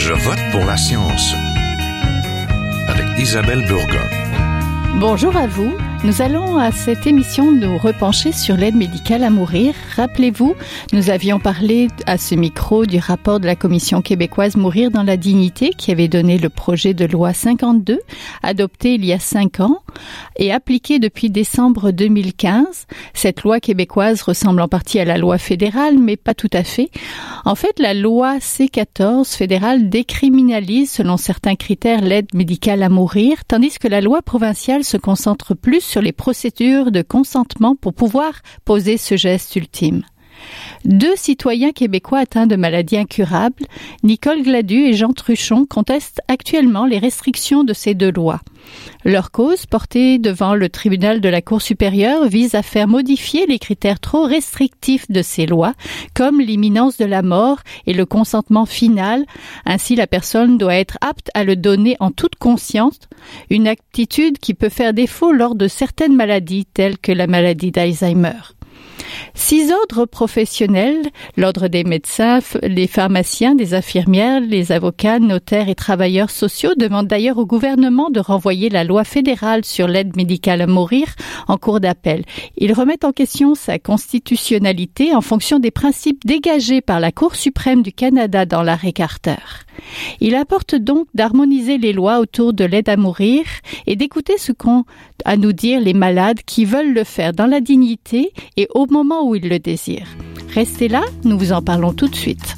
Je vote pour la science avec Isabelle Burgon. Bonjour à vous. Nous allons à cette émission nous repencher sur l'aide médicale à mourir. Rappelez-vous, nous avions parlé à ce micro du rapport de la Commission québécoise Mourir dans la dignité qui avait donné le projet de loi 52, adopté il y a 5 ans et appliqué depuis décembre 2015. Cette loi québécoise ressemble en partie à la loi fédérale, mais pas tout à fait. En fait, la loi C14 fédérale décriminalise selon certains critères l'aide médicale à mourir, tandis que la loi provinciale se concentre plus sur les procédures de consentement pour pouvoir poser ce geste ultime. 2 citoyens québécois atteints de maladies incurables, Nicole Gladu et Jean Truchon, contestent actuellement les restrictions de ces 2 lois. Leur cause, portée devant le tribunal de la Cour supérieure, vise à faire modifier les critères trop restrictifs de ces lois, comme l'imminence de la mort et le consentement final. Ainsi, la personne doit être apte à le donner en toute conscience, une aptitude qui peut faire défaut lors de certaines maladies, telles que la maladie d'Alzheimer. 6 ordres professionnels, l'ordre des médecins, les pharmaciens, des infirmières, les avocats, notaires et travailleurs sociaux demandent d'ailleurs au gouvernement de renvoyer la loi fédérale sur l'aide médicale à mourir en cour d'appel. Ils remettent en question sa constitutionnalité en fonction des principes dégagés par la Cour suprême du Canada dans l'arrêt Carter. Il importe donc d'harmoniser les lois autour de l'aide à mourir et d'écouter ce qu'ont à nous dire les malades qui veulent le faire dans la dignité et au moment où ils le désirent. Restez là, nous vous en parlons tout de suite.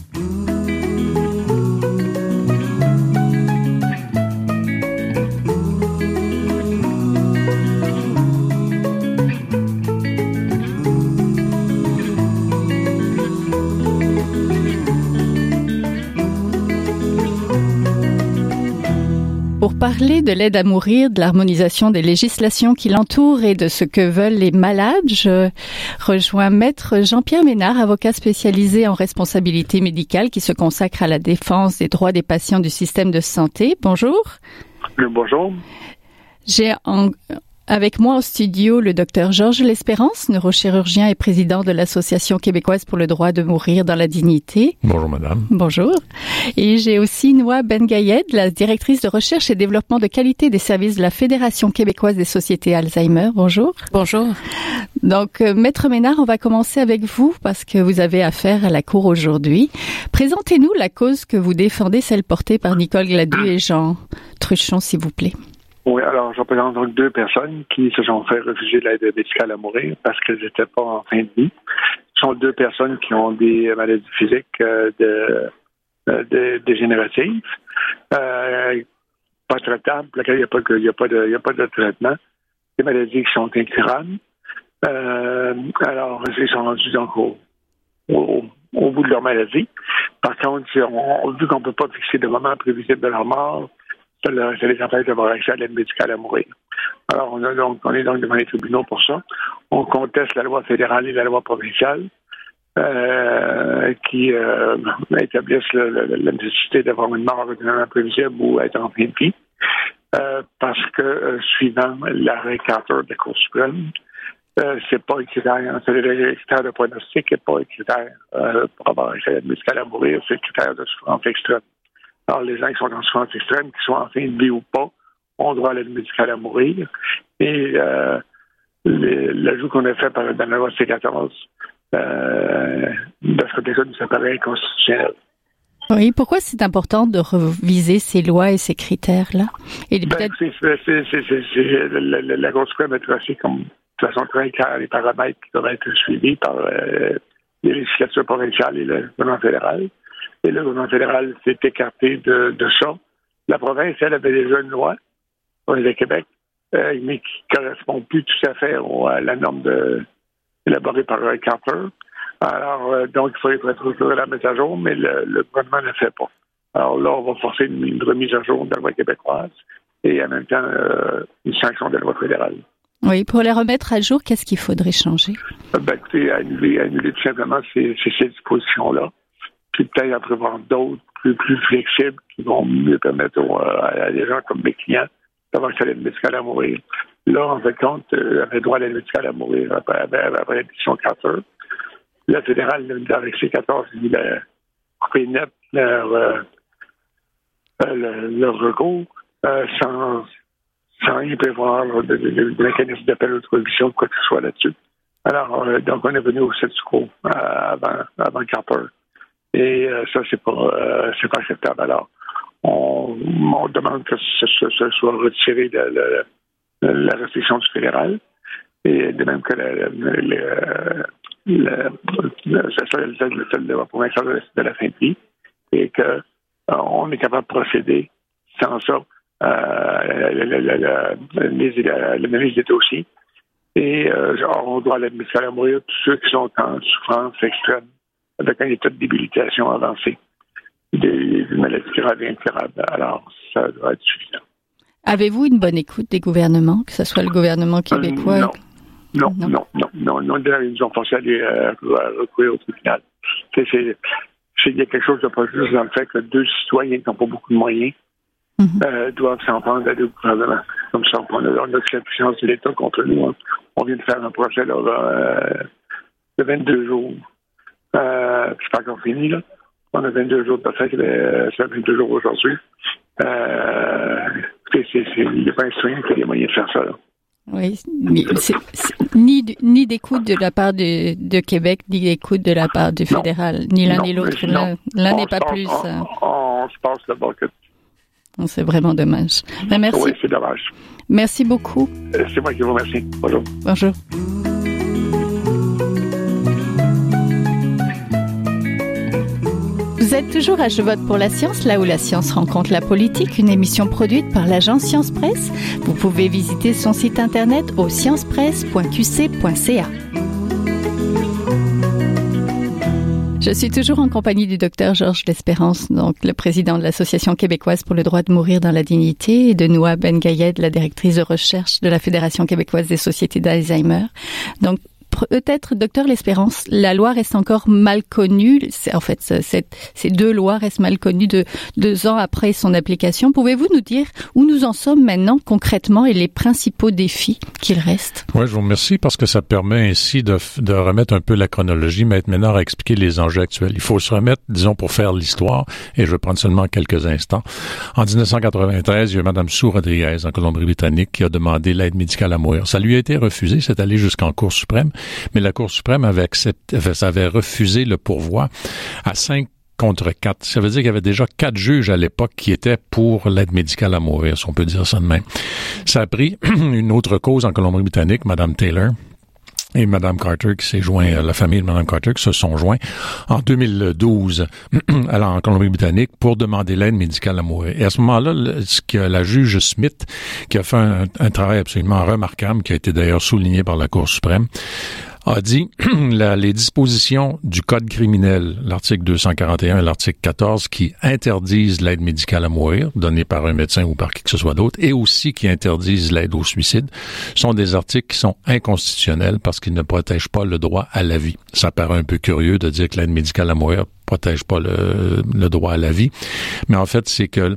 Pour parler de l'aide à mourir, de l'harmonisation des législations qui l'entourent et de ce que veulent les malades, je rejoins Maître Jean-Pierre Ménard, avocat spécialisé en responsabilité médicale qui se consacre à la défense des droits des patients du système de santé. Bonjour. Bonjour. J'ai avec moi en studio le docteur Georges L'Espérance, neurochirurgien et président de l'Association québécoise pour le droit de mourir dans la dignité. Bonjour madame. Bonjour. Et j'ai aussi Noa Ben-Gayed, la directrice de recherche et développement de qualité des services de la Fédération québécoise des sociétés Alzheimer. Bonjour. Bonjour. Donc, Maître Ménard, on va commencer avec vous parce que vous avez affaire à la Cour aujourd'hui. Présentez-nous la cause que vous défendez, celle portée par Nicole Gladu et Jean Truchon, s'il vous plaît. Oui, alors je représente donc 2 personnes qui se sont fait refuser l'aide médicale à mourir parce qu'elles n'étaient pas en fin de vie. Ce sont 2 personnes qui ont des maladies physiques dégénératives, pas traitables, pour lesquelles il n'y a pas de traitement, des maladies qui sont incurables. Alors, ils sont rendus donc au bout de leur maladie. Par contre, vu qu'on ne peut pas fixer de moment prévisible de leur mort, ça les empêche d'avoir accès à l'aide médicale à mourir. Alors, on est donc devant les tribunaux pour ça. On conteste la loi fédérale et la loi provinciale qui établissent la nécessité d'avoir une mort ordinairement prévisible ou être en fin de vie. Parce que, suivant l'arrêt Carter de la Cour suprême, c'est pas un critère, c'est le critère de pronostic et pas un critère pour avoir accès à l'aide médicale à mourir, c'est le critère de souffrance extrême. Alors, les gens qui sont en souffrance extrême, qui sont en fin de vie ou pas, ont droit à l'aide médicale à mourir. Et l'ajout qu'on a fait dans la loi C14, de ce côté-là, nous apparaît inconstitutionnel. Oui, pourquoi c'est important de reviser ces lois et ces critères-là? Et la Cour suprême a tracé comme de façon très claire les paramètres qui doivent être suivis par les législatures provinciales et le gouvernement fédéral. Et le gouvernement fédéral s'est écarté de ça. La province, elle avait déjà une loi, le Québec, mais qui ne correspond plus tout à fait à la norme élaborée par Carter. Alors, donc, il faut retrouver la mise à jour, mais le gouvernement ne le fait pas. Alors là, on va forcer une remise à jour de la loi québécoise et en même temps une sanction de la loi fédérale. Oui, pour les remettre à jour, qu'est-ce qu'il faudrait changer? Écoutez, annuler tout simplement ces dispositions-là. Puis peut-être en prévoir d'autres plus flexibles qui vont mieux permettre à des gens comme mes clients d'avoir accès à l'aide médicale à mourir. Là, en fait compte, avait droit à l'aide médicale à mourir après la décision Carter. La fédérale, avec C14, il a coupé net leur leur recours sans y prévoir de mécanisme d'appel ou de prohibition ou quoi que ce soit là-dessus. Alors, donc, on est venu au statu quo avant Carter. Et ça, c'est pas acceptable. Alors, on demande que ce soit retiré de la restriction du fédéral. Et de même que le provincial de la Saint-Louis. Et qu'on est capable de procéder sans ça. L'analyse des dossiers. Et on doit l'aide médicale à mourir tous ceux qui sont en souffrance extrême, avec un état de débilitation avancé, des maladies graves et incurables. Alors, ça doit être suffisant. Avez-vous une bonne écoute des gouvernements, que ce soit le gouvernement québécois? Non. Ils nous ont forcé à aller recourir au tribunal. Il y a quelque chose de pas juste dans le fait que deux citoyens qui n'ont pas beaucoup de moyens doivent s'en prendre à deux gouvernements. Comme ça, on a la puissance de l'État contre nous. Hein. On vient de faire un procès là, de 22 jours. C'est pas encore fini, là. On a 22 jours de procès, c'est 22 jours aujourd'hui. Il n'y a pas un citoyen qui a les moyens de faire ça, là. Oui, mais c'est ni d'écoute de la part de Québec, ni d'écoute de la part du fédéral, ni l'un ni l'autre. L'un n'est pas plus. On se passe le bucket. C'est vraiment dommage. Ben, merci. Oui, c'est dommage. Merci beaucoup. C'est moi qui vous remercie. Bonjour. Bonjour. Vous êtes toujours à Je vote pour la science, là où la science rencontre la politique, une émission produite par l'agence Science Presse. Vous pouvez visiter son site internet au sciencepresse.qc.ca. Je suis toujours en compagnie du docteur Georges L'Espérance, donc le président de l'Association québécoise pour le droit de mourir dans la dignité, et de Noa Ben-Gayed, la directrice de recherche de la Fédération québécoise des sociétés d'Alzheimer. Donc, peut-être, docteur L'Espérance, la loi reste encore mal connue. En fait, ces deux lois restent mal connues 2 ans après son application. Pouvez-vous nous dire où nous en sommes maintenant concrètement et les principaux défis qu'il reste? Oui, je vous remercie parce que ça permet ainsi de remettre un peu la chronologie, mais maintenant à expliquer les enjeux actuels. Il faut se remettre, disons, pour faire l'histoire, et je vais prendre seulement quelques instants. En 1993, il y a Mme Sue Rodriguez en Colombie-Britannique qui a demandé l'aide médicale à mourir. Ça lui a été refusé, c'est allé jusqu'en Cour suprême. Mais la Cour suprême avait refusé le pourvoi à 5 contre 4. Ça veut dire qu'il y avait déjà 4 juges à l'époque qui étaient pour l'aide médicale à mourir, si on peut dire ça de même. Ça a pris une autre cause en Colombie-Britannique, Mme Taylor et Mme Carter qui s'est joint, la famille de Mme Carter qui se sont joints en 2012 en Colombie-Britannique pour demander l'aide médicale à mourir. Et à ce moment-là, la juge Smith, qui a fait un travail absolument remarquable, qui a été d'ailleurs souligné par la Cour suprême, a dit les dispositions du Code criminel, l'article 241 et l'article 14, qui interdisent l'aide médicale à mourir, donnée par un médecin ou par qui que ce soit d'autre, et aussi qui interdisent l'aide au suicide, sont des articles qui sont inconstitutionnels parce qu'ils ne protègent pas le droit à la vie. Ça paraît un peu curieux de dire que l'aide médicale à mourir protège pas le droit à la vie. Mais en fait, c'est que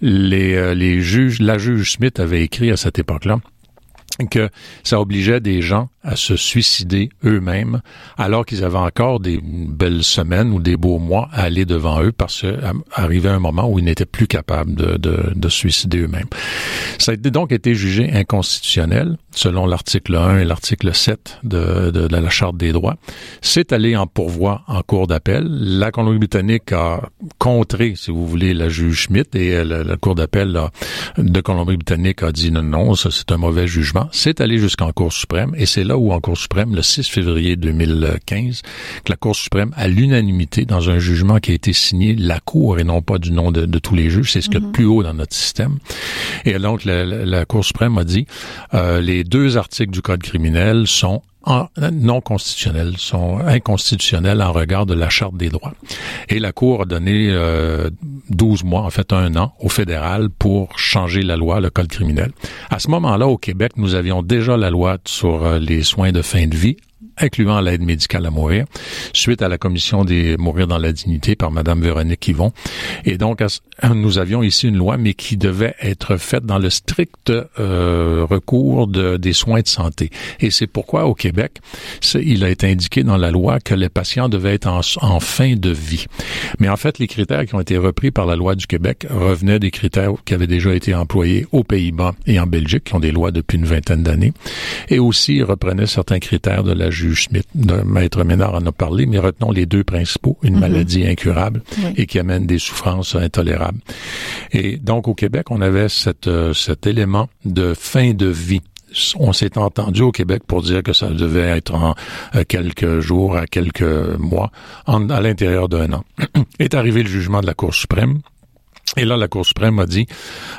la juge Smith avait écrit à cette époque-là que ça obligeait des gens à se suicider eux-mêmes alors qu'ils avaient encore des belles semaines ou des beaux mois à aller devant eux parce qu'arrivait un moment où ils n'étaient plus capables de se suicider eux-mêmes. Ça a donc été jugé inconstitutionnel selon l'article 1 et l'article 7 de la Charte des droits. C'est allé en pourvoi en cour d'appel. La Colombie-Britannique a contré, si vous voulez, la juge Schmidt et la cour d'appel de Colombie-Britannique a dit non, ça c'est un mauvais jugement. C'est allé jusqu'en Cour suprême et c'est là où en Cour suprême, le 6 février 2015, que la Cour suprême, à l'unanimité, dans un jugement qui a été signé la Cour et non pas du nom de tous les juges, c'est ce qu'il y a de plus haut dans notre système. Et donc, la Cour suprême a dit les 2 articles du Code criminel sont non constitutionnels, sont inconstitutionnels en regard de la Charte des droits. Et la Cour a donné 12 mois, en fait 1 an, au fédéral pour changer la loi, le Code criminel. À ce moment-là, au Québec, nous avions déjà la loi sur les soins de fin de vie incluant l'aide médicale à mourir, suite à la commission des Mourir dans la dignité par Madame Véronique Yvon. Et donc, nous avions ici une loi, mais qui devait être faite dans le strict recours des soins de santé. Et c'est pourquoi, au Québec, il a été indiqué dans la loi que les patients devaient être en fin de vie. Mais en fait, les critères qui ont été repris par la loi du Québec revenaient des critères qui avaient déjà été employés aux Pays-Bas et en Belgique, qui ont des lois depuis une vingtaine d'années, et aussi reprenaient certains critères de la juge Smith. Maître Ménard en a parlé, mais retenons les deux principaux, une maladie incurable et qui amène des souffrances intolérables. Et donc, au Québec, on avait cet élément de fin de vie. On s'est entendu au Québec pour dire que ça devait être en quelques jours à quelques mois, à l'intérieur d'un an. Est arrivé le jugement de la Cour suprême. Et là, la Cour suprême a dit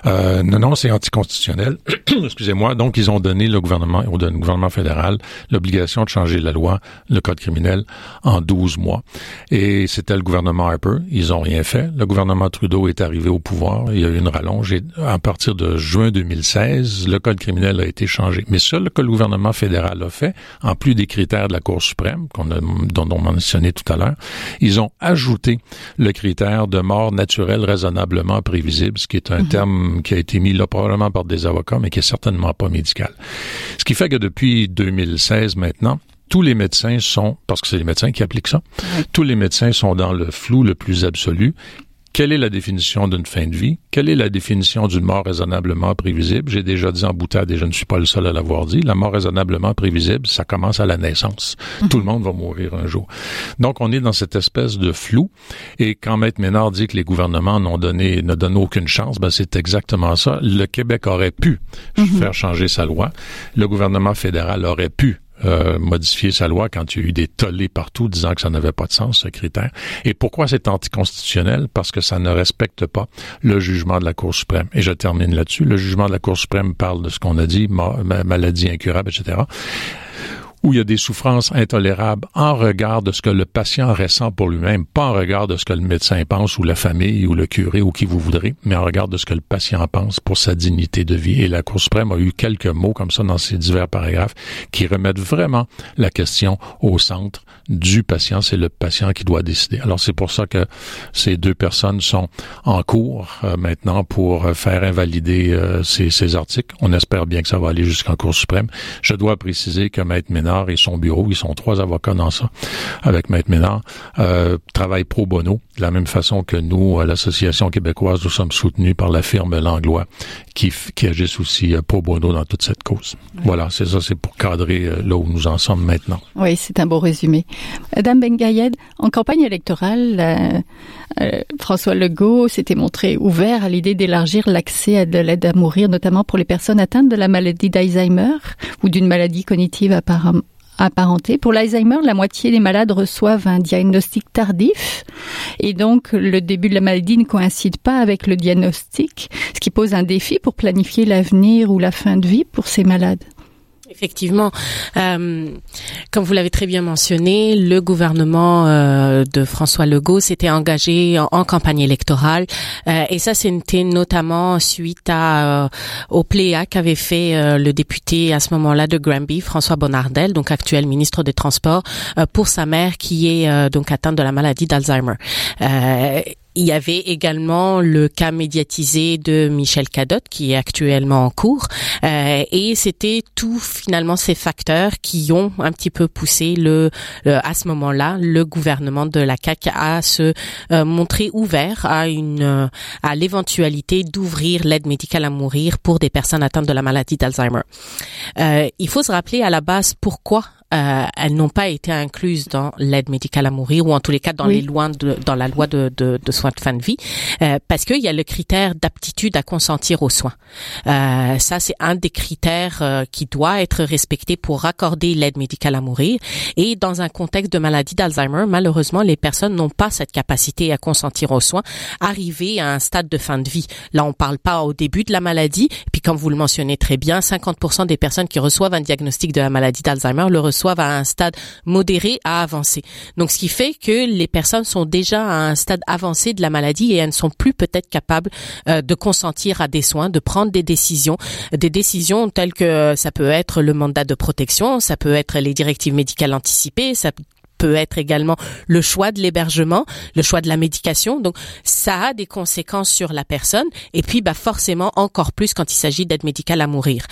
non, c'est anticonstitutionnel. Excusez-moi. Donc, ils ont donné au gouvernement fédéral l'obligation de changer la loi, le code criminel, en 12 mois. Et c'était le gouvernement Harper. Ils ont rien fait. Le gouvernement Trudeau est arrivé au pouvoir. Il y a eu une rallonge. Et à partir de juin 2016, le code criminel a été changé. Mais ce que le gouvernement fédéral a fait, en plus des critères de la Cour suprême, dont on mentionnait tout à l'heure, ils ont ajouté le critère de mort naturelle raisonnable prévisible, ce qui est un terme qui a été mis là probablement par des avocats, mais qui est certainement pas médical. Ce qui fait que depuis 2016 maintenant, tous les médecins parce que c'est les médecins qui appliquent ça, tous les médecins sont dans le flou le plus absolu. Quelle est la définition d'une fin de vie? Quelle est la définition d'une mort raisonnablement prévisible? J'ai déjà dit en boutade, et je ne suis pas le seul à l'avoir dit, la mort raisonnablement prévisible, ça commence à la naissance. Tout le monde va mourir un jour. Donc, on est dans cette espèce de flou. Et quand Maître Ménard dit que les gouvernements ne donnent aucune chance, c'est exactement ça. Le Québec aurait pu faire changer sa loi. Le gouvernement fédéral aurait pu modifier sa loi quand il y a eu des tollés partout disant que ça n'avait pas de sens, ce critère. Et pourquoi c'est anticonstitutionnel? Parce que ça ne respecte pas le jugement de la Cour suprême. Et je termine là-dessus. Le jugement de la Cour suprême parle de ce qu'on a dit, maladie incurable, etc., où il y a des souffrances intolérables en regard de ce que le patient ressent pour lui-même, pas en regard de ce que le médecin pense ou la famille ou le curé ou qui vous voudrez, mais en regard de ce que le patient pense pour sa dignité de vie. Et la Cour suprême a eu quelques mots comme ça dans ces divers paragraphes qui remettent vraiment la question au centre du patient. C'est le patient qui doit décider. Alors c'est pour ça que ces deux personnes sont en cours maintenant pour faire invalider ces articles. On espère bien que ça va aller jusqu'en Cour suprême. Je dois préciser que Maître Ménard et son bureau, ils sont 3 avocats dans ça, avec Maître Ménard, travaillent pro bono, de la même façon que nous, à l'Association québécoise, nous sommes soutenus par la firme Langlois, qui agissent aussi pro bono dans toute cette cause. Oui. Voilà, c'est ça, c'est pour cadrer là où nous en sommes maintenant. Oui, c'est un beau résumé. Madame Ben-Gayed, en campagne électorale, François Legault s'était montré ouvert à l'idée d'élargir l'accès à de l'aide à mourir, notamment pour les personnes atteintes de la maladie d'Alzheimer ou d'une maladie cognitive apparentée. Pour l'Alzheimer, la moitié des malades reçoivent un diagnostic tardif et donc le début de la maladie ne coïncide pas avec le diagnostic, ce qui pose un défi pour planifier l'avenir ou la fin de vie pour ces malades. Effectivement, comme vous l'avez très bien mentionné, le gouvernement de François Legault s'était engagé en campagne électorale et ça c'était notamment suite au pléa qu'avait fait le député à ce moment-là de Granby, François Bonnardel, donc actuel ministre des Transports, pour sa mère qui est donc atteinte de la maladie d'Alzheimer. Il y avait également le cas médiatisé de Michel Cadotte qui est actuellement en cours et c'était tout finalement ces facteurs qui ont un petit peu poussé à ce moment-là le gouvernement de la CAQ à se montrer ouvert à l'éventualité d'ouvrir l'aide médicale à mourir pour des personnes atteintes de la maladie d'Alzheimer. Il faut se rappeler à la base pourquoi elles n'ont pas été incluses dans l'aide médicale à mourir ou en tous les cas dans dans la loi de soins de fin de vie parce qu'il y a le critère d'aptitude à consentir aux soins. Ça c'est un des critères qui doit être respecté pour accorder l'aide médicale à mourir et dans un contexte de maladie d'Alzheimer, malheureusement les personnes n'ont pas cette capacité à consentir aux soins arrivés à un stade de fin de vie. Là on parle pas au début de la maladie puis comme vous le mentionnez très bien, 50% des personnes qui reçoivent un diagnostic de la maladie d'Alzheimer le reçoivent reçoivent à un stade modéré à avancé. Donc, ce qui fait que les personnes sont déjà à un stade avancé de la maladie et elles ne sont plus peut-être capables de consentir à des soins, de prendre des décisions telles que ça peut être le mandat de protection, ça peut être les directives médicales anticipées, ça peut être également le choix de l'hébergement, le choix de la médication. Donc, ça a des conséquences sur la personne. Et puis, forcément, encore plus quand il s'agit d'aide médicale à mourir.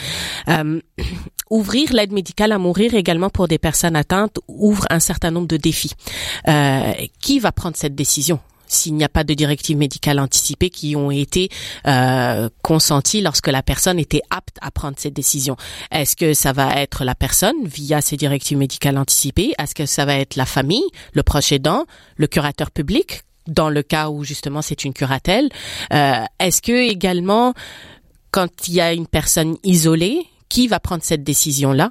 Ouvrir l'aide médicale à mourir également pour des personnes atteintes ouvre un certain nombre de défis. Qui va prendre cette décision? S'il n'y a pas de directives médicales anticipées qui ont été consenties lorsque la personne était apte à prendre cette décision. Est-ce que ça va être la personne via ces directives médicales anticipées? Est-ce que ça va être la famille, le proche aidant, le curateur public, dans le cas où justement c'est une curatelle? Est-ce que également, quand il y a une personne isolée, qui va prendre cette décision-là?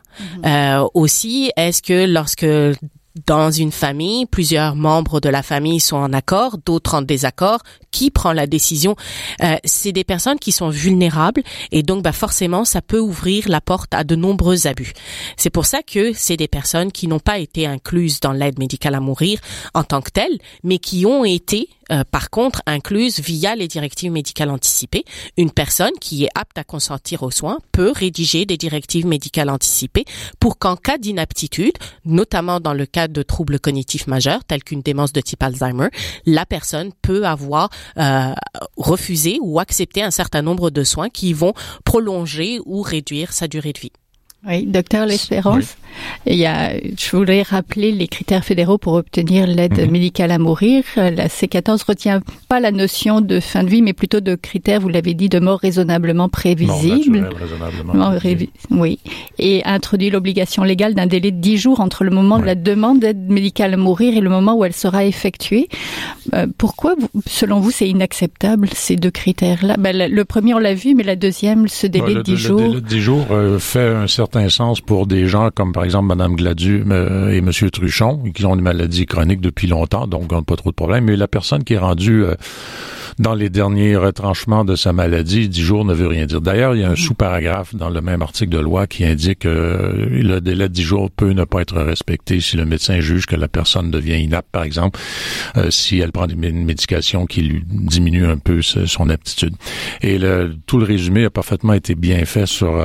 Aussi, est-ce que lorsque dans une famille, plusieurs membres de la famille sont en accord, d'autres en désaccord, qui prend la décision? C'est des personnes qui sont vulnérables et donc forcément ça peut ouvrir la porte à de nombreux abus. C'est pour ça que c'est des personnes qui n'ont pas été incluses dans l'aide médicale à mourir en tant que telles, mais qui ont été par contre incluses via les directives médicales anticipées. Une personne qui est apte à consentir aux soins peut rédiger des directives médicales anticipées pour qu'en cas d'inaptitude, notamment dans le cas de troubles cognitifs majeurs tels qu'une démence de type Alzheimer, la personne peut avoir refusé ou accepté un certain nombre de soins qui vont prolonger ou réduire sa durée de vie. Oui, docteur L'Espérance, je voudrais rappeler les critères fédéraux pour obtenir l'aide médicale à mourir. La C14 retient pas la notion de fin de vie, mais plutôt de critères, vous l'avez dit, de mort raisonnablement prévisible. Mort raisonnablement prévisible. Oui. Et introduit l'obligation légale d'un délai de 10 jours entre le moment de la demande d'aide médicale à mourir et le moment où elle sera effectuée. Pourquoi, selon vous, c'est inacceptable, ces deux critères-là? Le premier, on l'a vu, mais la deuxième, ce délai de 10 jours. Le délai de 10 jours fait un certain sens pour des gens comme par exemple Mme Gladu et M. Truchon, qui ont une maladie chronique depuis longtemps, donc n'ont pas trop de problèmes. Mais la personne qui est rendue dans les derniers retranchements de sa maladie, 10 jours ne veut rien dire. D'ailleurs, il y a un sous-paragraphe dans le même article de loi qui indique que le délai de 10 jours peut ne pas être respecté si le médecin juge que la personne devient inapte, par exemple, si elle prend une médication qui lui diminue un peu son aptitude. Et tout le résumé a parfaitement été bien fait sur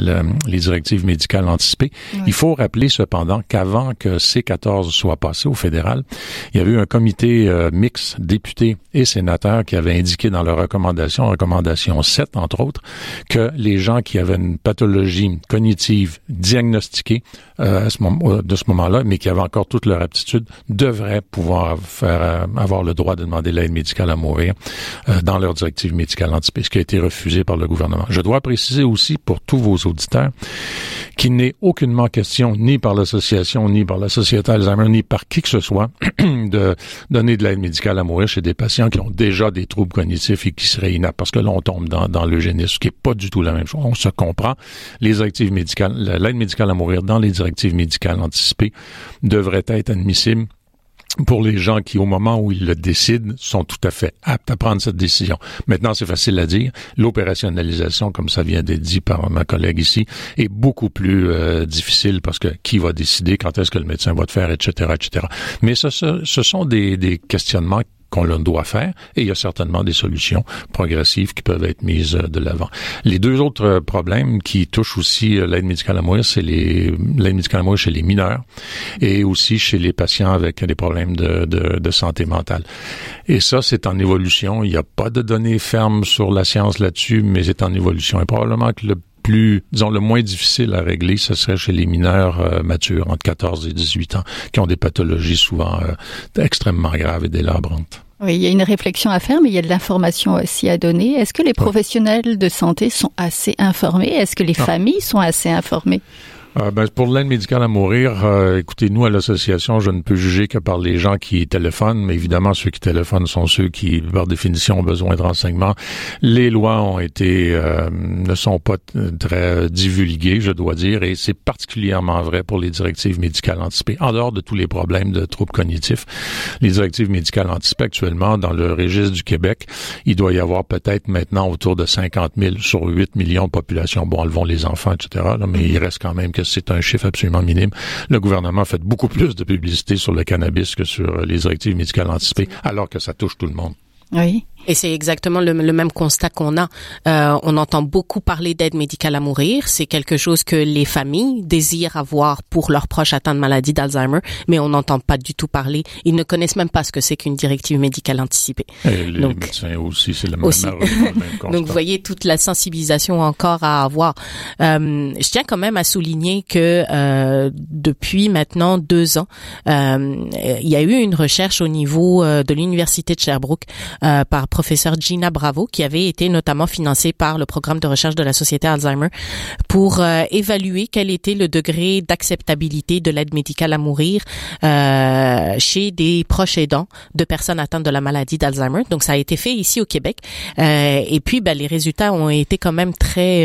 les directives médicales anticipées. Oui. Il faut rappeler cependant qu'avant que C14 soit passé au fédéral, il y avait eu un comité mixte députés et sénateurs qui avait indiqué dans leur recommandation 7, entre autres, que les gens qui avaient une pathologie cognitive diagnostiquée de ce moment-là, mais qui avaient encore toute leur aptitude, devraient pouvoir avoir le droit de demander l'aide médicale à mourir dans leur directive médicale anticipée, ce qui a été refusé par le gouvernement. Je dois préciser aussi pour tous vos auditeurs qu'il n'est aucunement question, ni par l'association, ni par la Société Alzheimer, ni par qui que ce soit, de donner de l'aide médicale à mourir chez des patients qui ont déjà des troubles cognitifs et qui seraient inaptes, parce que là, on tombe dans l'eugénisme, ce qui n'est pas du tout la même chose. On se comprend. Les directives médicales, l'aide médicale à mourir dans les directives médicales anticipées devrait être admissible pour les gens qui, au moment où ils le décident, sont tout à fait aptes à prendre cette décision. Maintenant, c'est facile à dire. L'opérationnalisation, comme ça vient d'être dit par ma collègue ici, est beaucoup plus difficile parce que qui va décider, quand est-ce que le médecin va te faire, etc., etc. Mais ce sont des questionnements qu'on doit faire, et il y a certainement des solutions progressives qui peuvent être mises de l'avant. Les deux autres problèmes qui touchent aussi l'aide médicale à mourir, c'est l'aide médicale à mourir chez les mineurs et aussi chez les patients avec des problèmes de santé mentale. Et ça, c'est en évolution. Il n'y a pas de données fermes sur la science là-dessus, mais c'est en évolution. Et probablement que le moins difficile à régler, ce serait chez les mineurs matures, entre 14 et 18 ans, qui ont des pathologies souvent extrêmement graves et délabrantes. Oui, il y a une réflexion à faire, mais il y a de l'information aussi à donner. Est-ce que les professionnels de santé sont assez informés? Est-ce que les familles sont assez informées? Pour l'aide médicale à mourir, écoutez, nous, à l'association, je ne peux juger que par les gens qui téléphonent, mais évidemment, ceux qui téléphonent sont ceux qui, par définition, ont besoin de renseignements. Les lois ne sont pas très divulguées, je dois dire, et c'est particulièrement vrai pour les directives médicales anticipées. En dehors de tous les problèmes de troubles cognitifs, les directives médicales anticipées, actuellement, dans le registre du Québec, il doit y avoir peut-être maintenant autour de 50 000 sur 8 millions de population. Bon, enlevons les enfants, etc., là, mais il reste quand même que c'est un chiffre absolument minime. Le gouvernement a fait beaucoup plus de publicité sur le cannabis que sur les directives médicales anticipées, alors que ça touche tout le monde. Oui. Et c'est exactement le même constat qu'on a. On entend beaucoup parler d'aide médicale à mourir. C'est quelque chose que les familles désirent avoir pour leurs proches atteints de maladie d'Alzheimer, mais on n'entend pas du tout parler. Ils ne connaissent même pas ce que c'est qu'une directive médicale anticipée. Et les médecins aussi, c'est le même constat. Donc, vous voyez toute la sensibilisation encore à avoir. Je tiens quand même à souligner que depuis maintenant 2 ans, il y a eu une recherche au niveau de l'Université de Sherbrooke par professeur Gina Bravo, qui avait été notamment financée par le programme de recherche de la Société Alzheimer pour évaluer quel était le degré d'acceptabilité de l'aide médicale à mourir chez des proches aidants de personnes atteintes de la maladie d'Alzheimer. Donc, ça a été fait ici au Québec. Et puis, les résultats ont été quand même très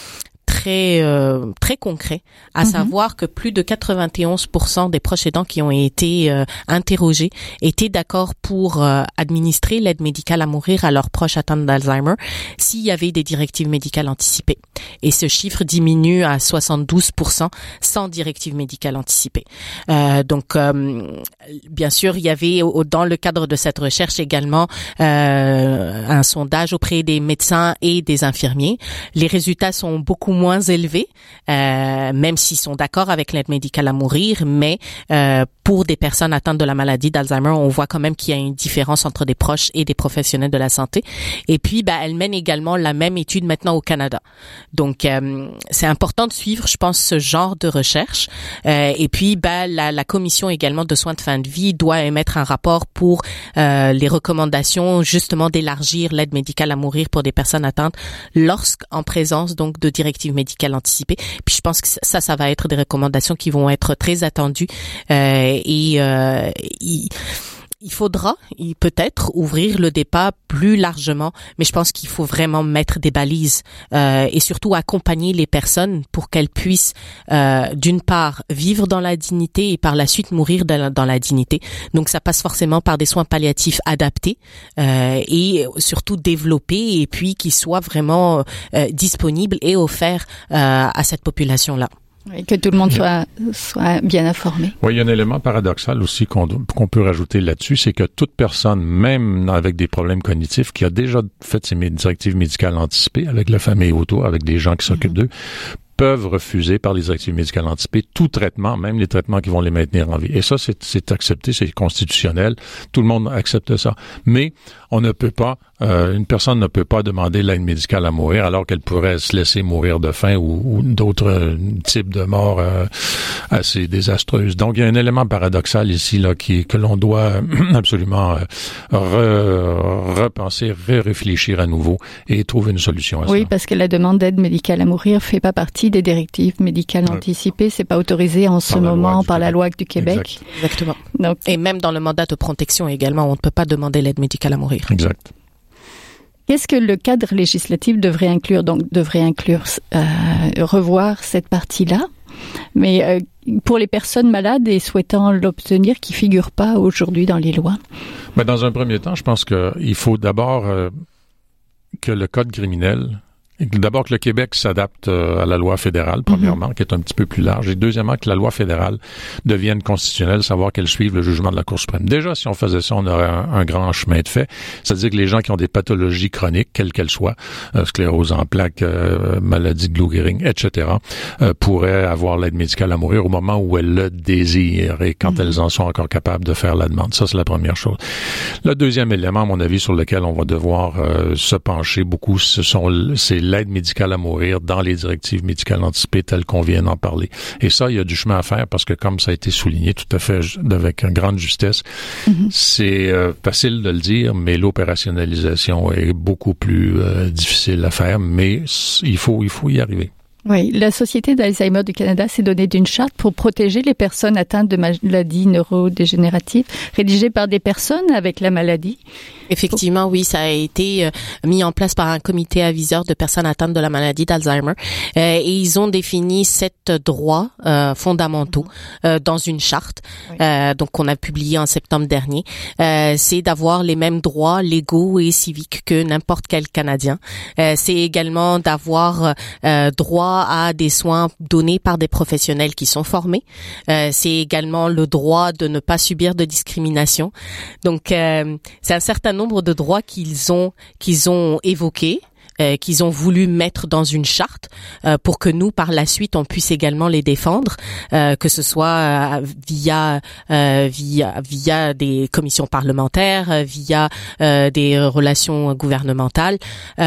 concret, à savoir que plus de 91% des proches aidants qui ont été interrogés étaient d'accord pour administrer l'aide médicale à mourir à leurs proches atteints d'Alzheimer s'il y avait des directives médicales anticipées. Et ce chiffre diminue à 72% sans directive médicale anticipée. Donc, bien sûr, il y avait dans le cadre de cette recherche également un sondage auprès des médecins et des infirmiers. Les résultats sont beaucoup moins élevés, même s'ils sont d'accord avec l'aide médicale à mourir, mais pour des personnes atteintes de la maladie d'Alzheimer, on voit quand même qu'il y a une différence entre des proches et des professionnels de la santé. Et puis, elle mène également la même étude maintenant au Canada. Donc, c'est important de suivre, je pense, ce genre de recherche. Et puis, la commission également de soins de fin de vie doit émettre un rapport pour les recommandations, justement, d'élargir l'aide médicale à mourir pour des personnes atteintes lorsqu'en présence, donc, de directives médicales anticipées. Puis, je pense que ça va être des recommandations qui vont être très attendues. Il faudra peut-être ouvrir le débat plus largement, mais je pense qu'il faut vraiment mettre des balises et surtout accompagner les personnes pour qu'elles puissent d'une part vivre dans la dignité et par la suite mourir dans la dignité. Donc ça passe forcément par des soins palliatifs adaptés et surtout développés et puis qui soient vraiment disponibles et offerts à cette population-là. Et que tout le monde soit bien informé. Oui, il y a un élément paradoxal aussi qu'on peut rajouter là-dessus, c'est que toute personne, même avec des problèmes cognitifs, qui a déjà fait ses directives médicales anticipées avec la famille autour, avec des gens qui s'occupent d'eux, peuvent refuser par les directives médicales anticipées tout traitement, même les traitements qui vont les maintenir en vie. Et ça, c'est accepté, c'est constitutionnel. Tout le monde accepte ça. Mais on ne peut pas, une personne ne peut pas demander l'aide médicale à mourir alors qu'elle pourrait se laisser mourir de faim ou d'autres types de morts assez désastreuses. Donc, il y a un élément paradoxal ici là que l'on doit absolument repenser, réfléchir à nouveau et trouver une solution à ça. Oui, parce que la demande d'aide médicale à mourir fait pas partie des directives médicales anticipées. C'est pas autorisé en ce moment par la loi du Québec. Exactement. Donc, et même dans le mandat de protection également, on ne peut pas demander l'aide médicale à mourir. Exact. Qu'est-ce que le cadre législatif devrait inclure? Donc, revoir cette partie-là. Mais pour les personnes malades et souhaitant l'obtenir qui figurent pas aujourd'hui dans les lois? Mais dans un premier temps, je pense qu'il faut d'abord que le code criminel, d'abord que le Québec s'adapte à la loi fédérale, premièrement, qui est un petit peu plus large, et deuxièmement que la loi fédérale devienne constitutionnelle, savoir qu'elle suive le jugement de la Cour suprême. Déjà, si on faisait ça, on aurait un grand chemin de fait. C'est-à-dire que les gens qui ont des pathologies chroniques, quelles qu'elles soient, sclérose en plaques, maladie de Lou Gehrig, etc., pourraient avoir l'aide médicale à mourir au moment où elles le désirent et quand elles en sont encore capables de faire la demande. Ça, c'est la première chose. Le deuxième élément, à mon avis, sur lequel on va devoir se pencher beaucoup, c'est l'aide médicale à mourir dans les directives médicales anticipées telles qu'on vient d'en parler. Et ça, il y a du chemin à faire parce que, comme ça a été souligné tout à fait avec une grande justesse, c'est facile de le dire, mais l'opérationnalisation est beaucoup plus difficile à faire, mais il faut y arriver. Oui, la Société d'Alzheimer du Canada s'est donnée d'une charte pour protéger les personnes atteintes de maladies neurodégénératives, rédigée par des personnes avec la maladie. Effectivement, oui, ça a été mis en place par un comité aviseur de personnes atteintes de la maladie d'Alzheimer et ils ont défini 7 droits fondamentaux dans une charte donc qu'on a publiée en septembre dernier. C'est d'avoir les mêmes droits légaux et civiques que n'importe quel Canadien. C'est également d'avoir droit à des soins donnés par des professionnels qui sont formés. C'est également le droit de ne pas subir de discrimination. Donc c'est un certain nombre de droits qu'ils ont évoqués, qu'ils ont voulu mettre dans une charte pour que nous, par la suite, on puisse également les défendre, que ce soit via des commissions parlementaires, via des relations gouvernementales.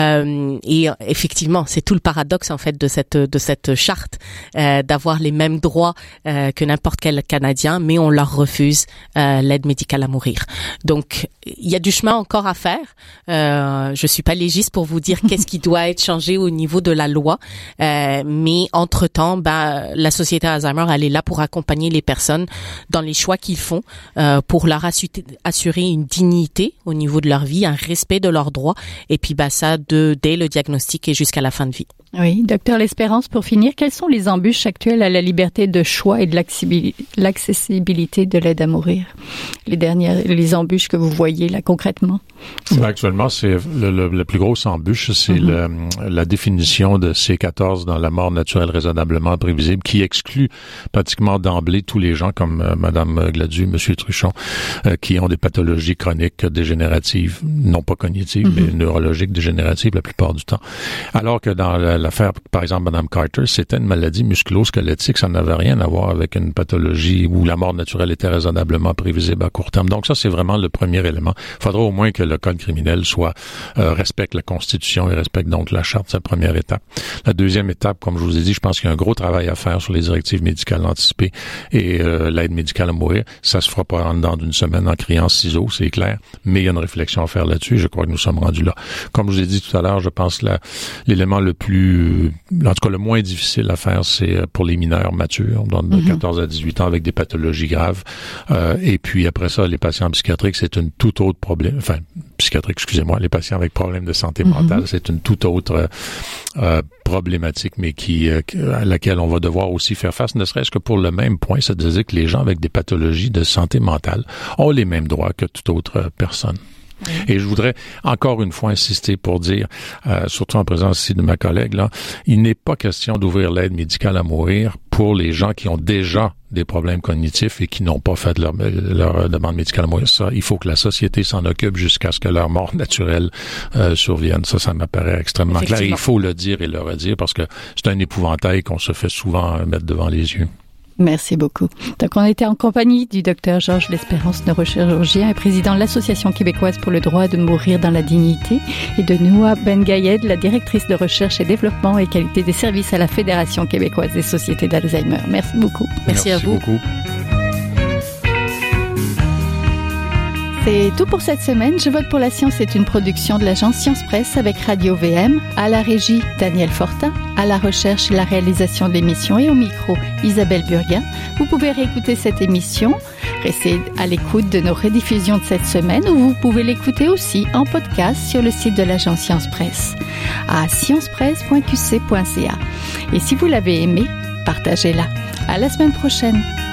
Et effectivement, c'est tout le paradoxe en fait de cette charte, d'avoir les mêmes droits que n'importe quel Canadien, mais on leur refuse l'aide médicale à mourir. Donc, il y a du chemin encore à faire. Je suis pas légiste pour vous dire qu'est-ce qui doit être changé au niveau de la loi, mais entre-temps, la Société Alzheimer, elle est là pour accompagner les personnes dans les choix qu'ils font, pour leur assurer une dignité au niveau de leur vie, un respect de leurs droits, et puis ça dès le diagnostic et jusqu'à la fin de vie. Oui, docteur L'Espérance, pour finir, quelles sont les embûches actuelles à la liberté de choix et de l'accessibilité de l'aide à mourir? Les embûches que vous voyez là concrètement? Actuellement, c'est la plus grosse embûche, c'est la définition de C14 dans la mort naturelle raisonnablement prévisible, qui exclut pratiquement d'emblée tous les gens comme Madame Gladu, Monsieur Truchon, qui ont des pathologies chroniques dégénératives, non pas cognitives, mais neurologiques dégénératives la plupart du temps. Alors que dans l'affaire, par exemple, Madame Carter, c'était une maladie musculo-squelettique, ça n'avait rien à voir avec une pathologie où la mort naturelle était raisonnablement prévisible à court terme. Donc ça, c'est vraiment le premier élément. Il faudra au moins que le code criminel respecte la Constitution et respecte donc la charte, c'est la première étape. La deuxième étape, comme je vous ai dit, je pense qu'il y a un gros travail à faire sur les directives médicales anticipées et l'aide médicale à mourir. Ça se fera pas en dedans d'une semaine en criant ciseaux, c'est clair, mais il y a une réflexion à faire là-dessus. Je crois que nous sommes rendus là. Comme je vous ai dit tout à l'heure, je pense l'élément le plus, en tout cas le moins difficile à faire, c'est pour les mineurs matures, donc de 14 à 18 ans avec des pathologies graves. Et puis après ça, les patients psychiatriques, c'est une toute autre problème. Enfin, les patients avec problèmes de santé mentale, c'est une toute autre problématique, mais à laquelle on va devoir aussi faire face, ne serait-ce que pour le même point, c'est-à-dire que les gens avec des pathologies de santé mentale ont les mêmes droits que toute autre personne. Et je voudrais encore une fois insister pour dire, surtout en présence ici de ma collègue, là, il n'est pas question d'ouvrir l'aide médicale à mourir pour les gens qui ont déjà des problèmes cognitifs et qui n'ont pas fait leur demande médicale à mourir. Ça, il faut que la société s'en occupe jusqu'à ce que leur mort naturelle survienne. Ça m'apparaît extrêmement clair. Et il faut le dire et le redire parce que c'est un épouvantail qu'on se fait souvent mettre devant les yeux. Merci beaucoup. Donc, on était en compagnie du docteur Georges L'Espérance, neurochirurgien et président de l'Association québécoise pour le droit de mourir dans la dignité, et de Noua Ben-Gayed, la directrice de recherche et développement et qualité des services à la Fédération québécoise des sociétés d'Alzheimer. Merci beaucoup. Merci à vous. Beaucoup. C'est tout pour cette semaine. Je vote pour la science est une production de l'agence Science Presse avec Radio VM, à la régie Daniel Fortin, à la recherche et la réalisation de l'émission et au micro Isabelle Burguin. Vous pouvez réécouter cette émission, restez à l'écoute de nos rediffusions de cette semaine ou vous pouvez l'écouter aussi en podcast sur le site de l'agence Science Presse à sciencepresse.qc.ca. Et si vous l'avez aimé, partagez-la. À la semaine prochaine.